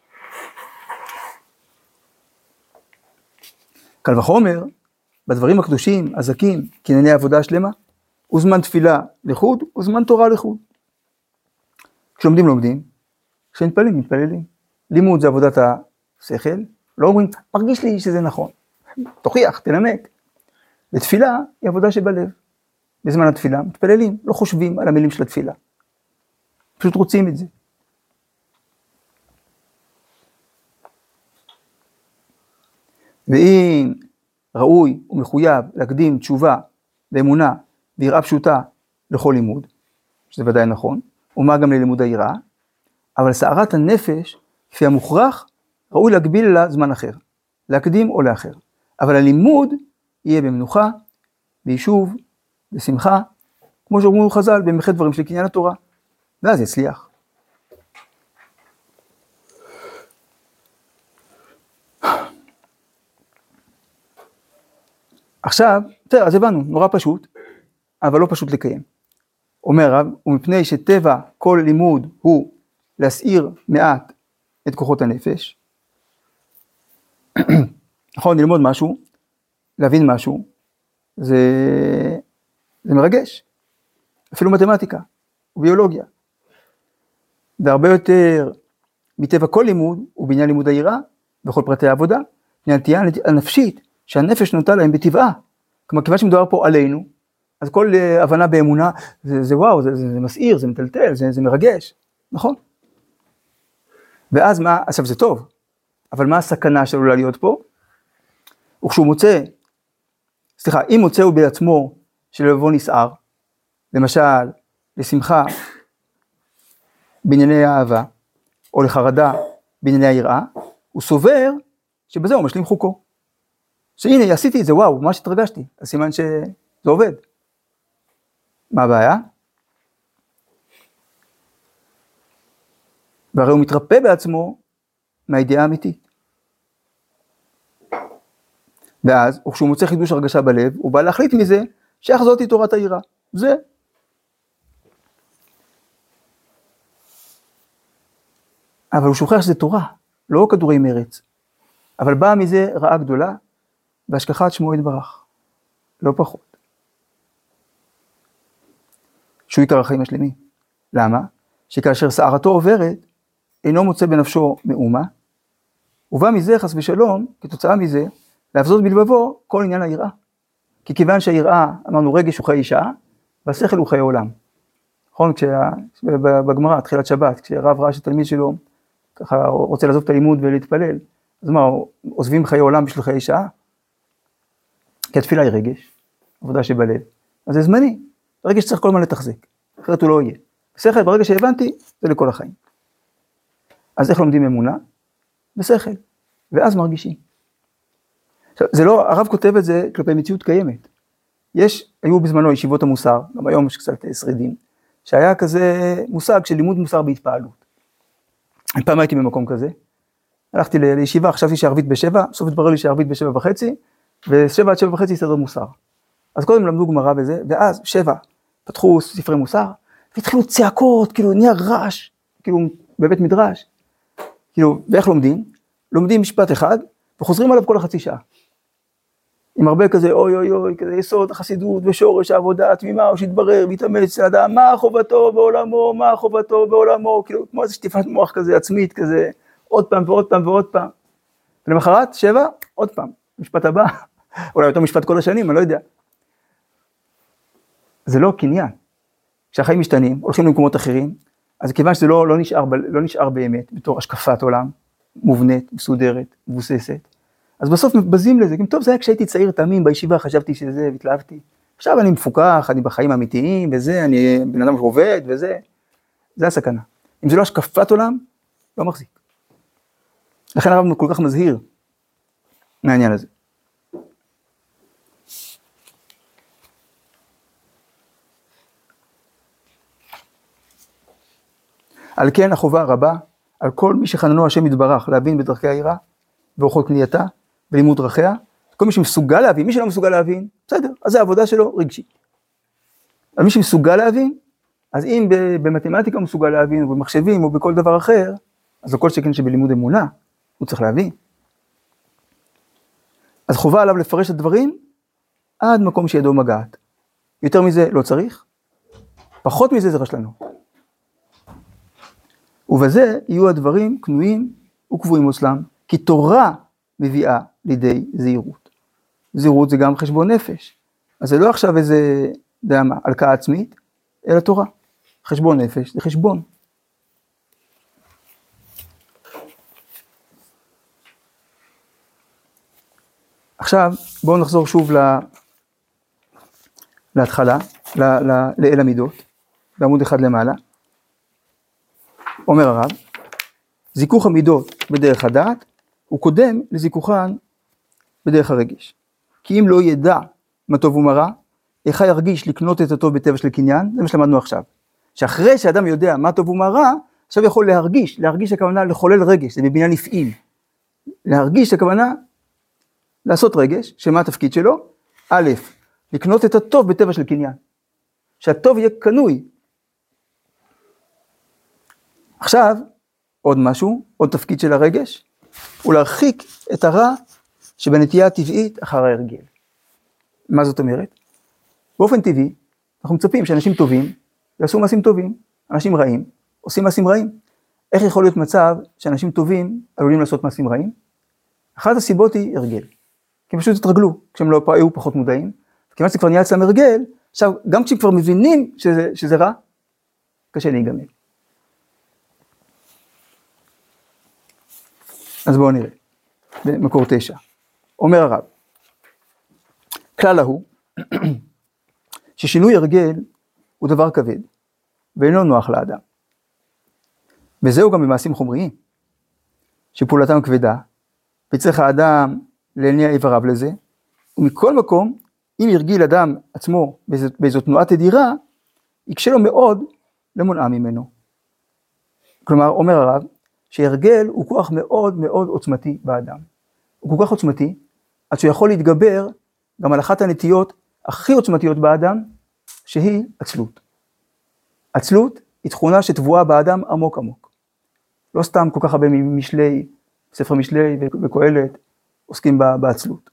קל וחומר, בדברים הקדושים, הזכים, כענייני עבודה שלמה, הוא זמן תפילה לחוד, הוא זמן תורה לחוד. כשלומדים, לומדים, כשנתפללים, מתפללים. לימוד זה עבודת השכל, לא אומרים, מרגיש לי שזה נכון. תוכיח, תנמק. ותפילה היא עבודה שבלב. בזמן התפילה מתפללים, לא חושבים על המילים של התפילה. פשוט רוצים את זה. ואם ראוי ומחויב להקדים תשובה ואמונה ויראה פשוטה לכל לימוד, שזה ודאי נכון, ומה גם ללימוד היראה, אבל סערת הנפש, לפי המוכרח, ראוי להגביל לה זמן אחר, להקדים או לאחר. אבל הלימוד יהיה במנוחה, ביישוב, בשמחה, כמו שאומרים חז"ל, במחד דברים של קניין התורה, ואז יצליח. עכשיו, תראה, אז הבנו, נורא פשוט, אבל לא פשוט לקיים. אומר רב, ומפני שטבע כל לימוד הוא להסעיר מעט את כוחות הנפש, נכון, ללמוד משהו, להבין משהו, זה מרגש, אפילו מתמטיקה וביולוגיה. והרבה יותר מטבע כל לימוד, הוא בעניין לימוד היראה, בכל פרטי העבודה, הנטייה הנפשית, שהנפש נוטה להם בטבעה. כלומר, כיוון שמדובר פה עלינו, אז כל הבנה באמונה, זה וואו, זה מסעיר, זה מטלטל, זה מרגש, נכון? ואז מה, עכשיו זה טוב, אבל מה הסכנה שעלולה להיות פה? וכשהוא מוצא, אם מוצא הוא בעצמו שלבבו נסער, למשל, לשמחה בענייני האהבה, או לחרדה בענייני היראה, הוא סובר שבזה הוא משלים חוקו. שהנה, עשיתי את זה, וואו, ממש התרגשתי, אז סימן שזה עובד. מה הבעיה? והרי הוא מתרפא בעצמו מהידיעה האמיתית. ואז, וכשהוא מוצא חידוש הרגשה בלב, הוא בא להחליט מזה, שאך זאתי תורת היראה. זה. אבל הוא שוכח שזה תורה, לא כדורי מרץ. אבל באה מזה רעה גדולה, בהשגחת שמו יתברך. לא פחות. שהוא עיקר החיים השלמים. למה? שכאשר שערתו עוברת, אינו מוצא בנפשו מאומה, ובא מזה חס ושלום, כתוצאה מזה, להפזות בלבבו כל עניין היראה. כי כיוון שהיראה, אמרנו רגש הוא חיי שעה, והשכל הוא חיי עולם. נכון? בגמרא, תחילת שבת, כשרב ראה שתלמיד שלו, ככה רוצה לעזוב את הלימוד ולהתפלל, אז מה, עוזבים חיי עולם בשביל חיי שעה? כי התפילה היא רגש, עבודה שבלב, אז זה זמני, רגש צריך כל הזמן לתחזק, אחרת הוא לא יהיה. בשכל, ברגע שהבנתי, זה לכל החיים. אז איך לומדים אמונה? בשכל, ואז מרגישים. עכשיו, זה לא, הרב כותב את זה כלפי מציאות קיימת. היו בזמנו ישיבות המוסר, גם היום יש קצת שרידים, שהיה כזה מושג של לימוד מוסר בהתפעלות. פעם הייתי במקום כזה, הלכתי לישיבה, חשבתי שערבית ב7, בסוף התברר לי שערבית ב7:30, ו7 עד 7:30 סדר מוסר. אז קודם למדו גמרא בזה, ואז 7 פתחו ספרי מוסר, והתחילו צעקות, כאילו נהיה רעש, כאילו בבית מדרש. כאילו, ואיך לומדים? לומדים משפט אחד, וחוזרים עליו כל החצי שעה. עם הרבה כזה, אוי אוי אוי, כזה יסוד החסידות ושורש העבודה התמימה, או שהתברר והתאמץ לאדם, מה חובתו בעולמו, מה חובתו בעולמו, כאילו, כמו איזו שטיפת מוח כזה עצמית, כזה, עוד פעם ועוד פעם ועוד פעם. ולמחרת, 7, עוד פעם, משפט הבא, אולי יותר משפט כל השנים, אני לא יודע. זה לא קניין. כשהחיים משתנים, הולכים למקומות אחרים, אז כיוון שזה לא נשאר באמת, בתור השקפת עולם, מובנית, מסודרת, מבוססת, אז בסוף מבזים לזה, טוב, זה היה כשהייתי צעיר תמים בישיבה, חשבתי שזה, והתלהבתי. עכשיו אני מפוקח, אני בחיים אמיתיים, וזה, אני בן אדם שעובד, וזה, זה הסכנה. אם זה לא השקפת עולם, לא מחזיק. לכן הרב כל כך מזהיר מהעניין הזה. על כן החובה הרבה, על כל מי שחננו השם יתברך, להבין בדרכי היראה, ואורחות קנייתה, בלימוד דרכיה, כל מי שמסוגל להבין, מי שלא מסוגל להבין, בסדר, אז זה העבודה שלו רגשית. אבל מי שמסוגל להבין, אז אם במתמטיקה הוא מסוגל להבין, או במחשבים, או בכל דבר אחר, אז הכל שכן שבלימוד אמונה, הוא צריך להבין. אז חובה עליו לפרש את הדברים, עד מקום שידו מגעת. יותר מזה לא צריך, פחות מזה זה רשלנות. ובזה יהיו הדברים קנויים וקבועים אצלם, כי תורה מביאה לידי זהירות. זהירות זה גם חשבון נפש. אז זה לא עכשיו איזה, יודע מה, הלקאה עצמית, אלא תורה. חשבון נפש זה חשבון. עכשיו בואו נחזור שוב להתחלה, לאל המידות, בעמוד אחד למעלה. אומר הרב, זיכוך המידות בדרך הדעת, הוא קודם לזיכוכן בדרך הרגש. כי אם לא ידע מה טוב ומה רע, איך ירגיש לקנות את הטוב בטבע של קניין, זה מה שלמדנו עכשיו. שאחרי שאדם יודע מה טוב ומה רע, עכשיו יכול להרגיש הכוונה לחולל רגש, זה בבניין הפעיל. להרגיש הכוונה לעשות רגש, שמה התפקיד שלו? א', לקנות את הטוב בטבע של קניין. שהטוב יהיה קנוי. עכשיו, עוד משהו, עוד תפקיד של הרגש, הוא להרחיק את הרע שבנטייה הטבעית אחר ההרגל. מה זאת אומרת? באופן טבעי, אנחנו מצפים שאנשים טובים יעשו מעשים טובים, אנשים רעים עושים מעשים רעים. איך יכול להיות מצב שאנשים טובים עלולים לעשות מעשים רעים? אחת הסיבות היא הרגל. כי הם פשוט התרגלו, כשהם לא היו פחות מודעים, כיוון שזה כבר נהיה אצלם הרגל, עכשיו גם כשהם כבר מבינים שזה רע, קשה להיגמל. אז בואו נראה, במקור 9. אומר הרב, כלל ההוא, ששינוי הרגל הוא דבר כבד, ואינו נוח לאדם. וזהו גם במעשים חומריים, שפעולתם כבדה, וצריך האדם להניע איבריו לזה, ומכל מקום, אם ירגיל אדם עצמו באיזו תנועה תדירה, יקשה לו מאוד למונעה ממנו. כלומר, אומר הרב, שהרגל הוא כוח מאוד מאוד עוצמתי באדם. הוא כל כך עוצמתי, עד שהוא יכול להתגבר גם על אחת הנטיות הכי עוצמתיות באדם, שהיא עצלות. עצלות היא תכונה שטבועה באדם עמוק עמוק. לא סתם כל כך הרבה ממשלי, ספר משלי וקהלת, עוסקים בעצלות.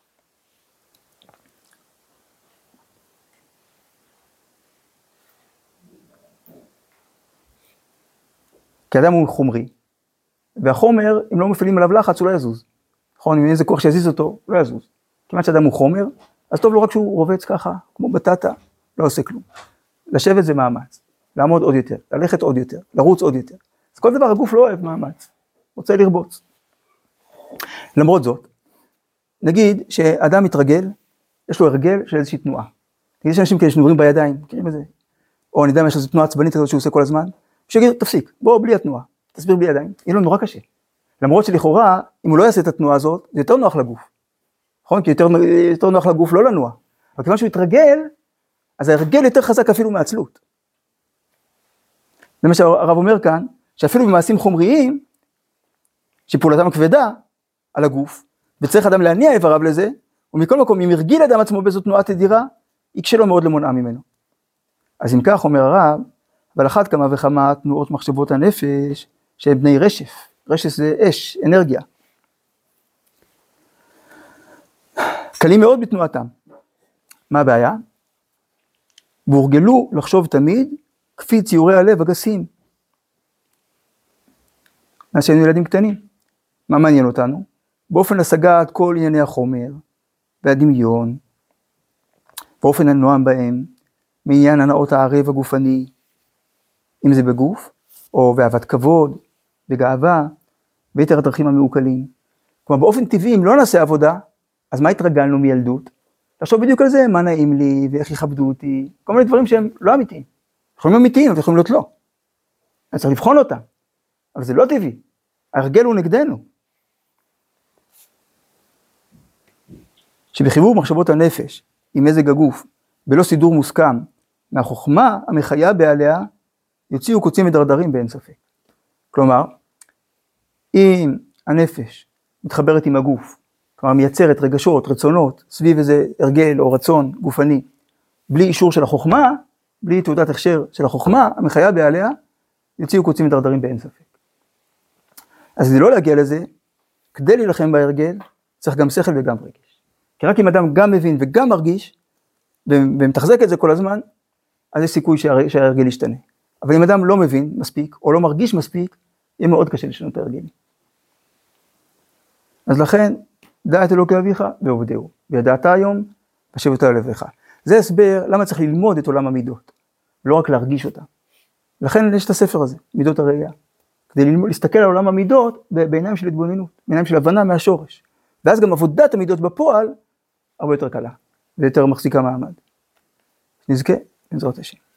כי אדם הוא חומרי, והחומר, אם לא מפעילים עליו לחץ, הוא לא יזוז. נכון, אם אין איזה כוח שיזיז אותו, הוא לא יזוז. כמעט שאדם הוא חומר, אז טוב לו רק שהוא רובץ ככה, כמו בטטה, לא עושה כלום. לשבת זה מאמץ, לעמוד עוד יותר, ללכת עוד יותר, לרוץ עוד יותר. אז כל דבר הגוף לא אוהב מאמץ, רוצה לרבוץ. למרות זאת, נגיד שאדם מתרגל, יש לו הרגל של איזושהי תנועה. יש אנשים כאלה שנוברים בידיים, מכירים את זה? או אני יודע, יש איזו תנועה עצבנית כזאת שהוא עושה כל הזמן, שיגיד, תפסיק, בוא בלי התנועה, תסביר בלי ידיים, יהיה לו נורא קשה. למרות שלכאורה, אם הוא לא יעשה את התנועה הזאת, זה יותר נוח לגוף. נכון? כי יותר נוח לגוף לא לנוע. אבל כיוון שהוא יתרגל, אז ההרגל יותר חזק אפילו מעצלות. זה מה שהרב אומר כאן, שאפילו במעשים חומריים, שפעולתם כבדה על הגוף, וצריך אדם להניע איבריו לזה, ומכל מקום, אם ירגיל אדם עצמו באיזו תנועה תדירה, יקשה לו מאוד למונעה ממנו. אז אם כך אומר הרב, אבל אחת כמה וכמה תנועות מחשבות הנפש, שהם בני רשף. רשף זה אש, אנרגיה. קלים מאוד בתנועתם. מה הבעיה? והורגלו לחשוב תמיד כפי ציורי הלב הגסים. מה שהיינו ילדים קטנים. מה מעניין אותנו? באופן השגת כל ענייני החומר והדמיון, באופן הנועם בהם, מעניין הנאות הערב הגופני, אם זה בגוף, או באהבת כבוד, בגאווה, ביתר הדרכים המעוקלים. כלומר, באופן טבעי, אם לא נעשה עבודה, אז מה התרגלנו מילדות? לחשוב בדיוק על זה, מה נעים לי, ואיך יכבדו אותי, כל מיני דברים שהם לא אמיתיים. יכולים להיות אמיתיים, אבל יכולים להיות לא. אני צריך לבחון אותם, אבל זה לא טבעי. ההרגל הוא נגדנו. שבחיבור מחשבות הנפש, עם מזג הגוף, בלא סידור מוסכם, מהחוכמה המחיה בעליה, יוציאו קוצים ודרדרים באין ספק. כלומר, אם הנפש מתחברת עם הגוף, כלומר מייצרת רגשות, רצונות, סביב איזה הרגל או רצון גופני, בלי אישור של החוכמה, בלי תעודת הכשר של החוכמה, המחיה בעליה, יוציאו קוצים מדרדרים באין ספק. אז כדי לא להגיע לזה, כדי להילחם בהרגל, צריך גם שכל וגם רגש. כי רק אם אדם גם מבין וגם מרגיש, ומתחזק את זה כל הזמן, אז יש סיכוי שההרגל ישתנה. אבל אם אדם לא מבין מספיק, או לא מרגיש מספיק, יהיה מאוד קשה לשנות את ההרגלים. אז לכן, דע את אלוקי אביך ועובדהו, וידעת היום, ושבתה על לבך. זה הסבר למה צריך ללמוד את עולם המידות, לא רק להרגיש אותה. לכן יש את הספר הזה, מידות הראייה. כדי להסתכל על עולם המידות בעיניים של התבוננות, בעיניים של הבנה מהשורש. ואז גם עבודת המידות בפועל, הרבה יותר קלה, ויותר מחזיקה מעמד. נזכה, בעזרת השם.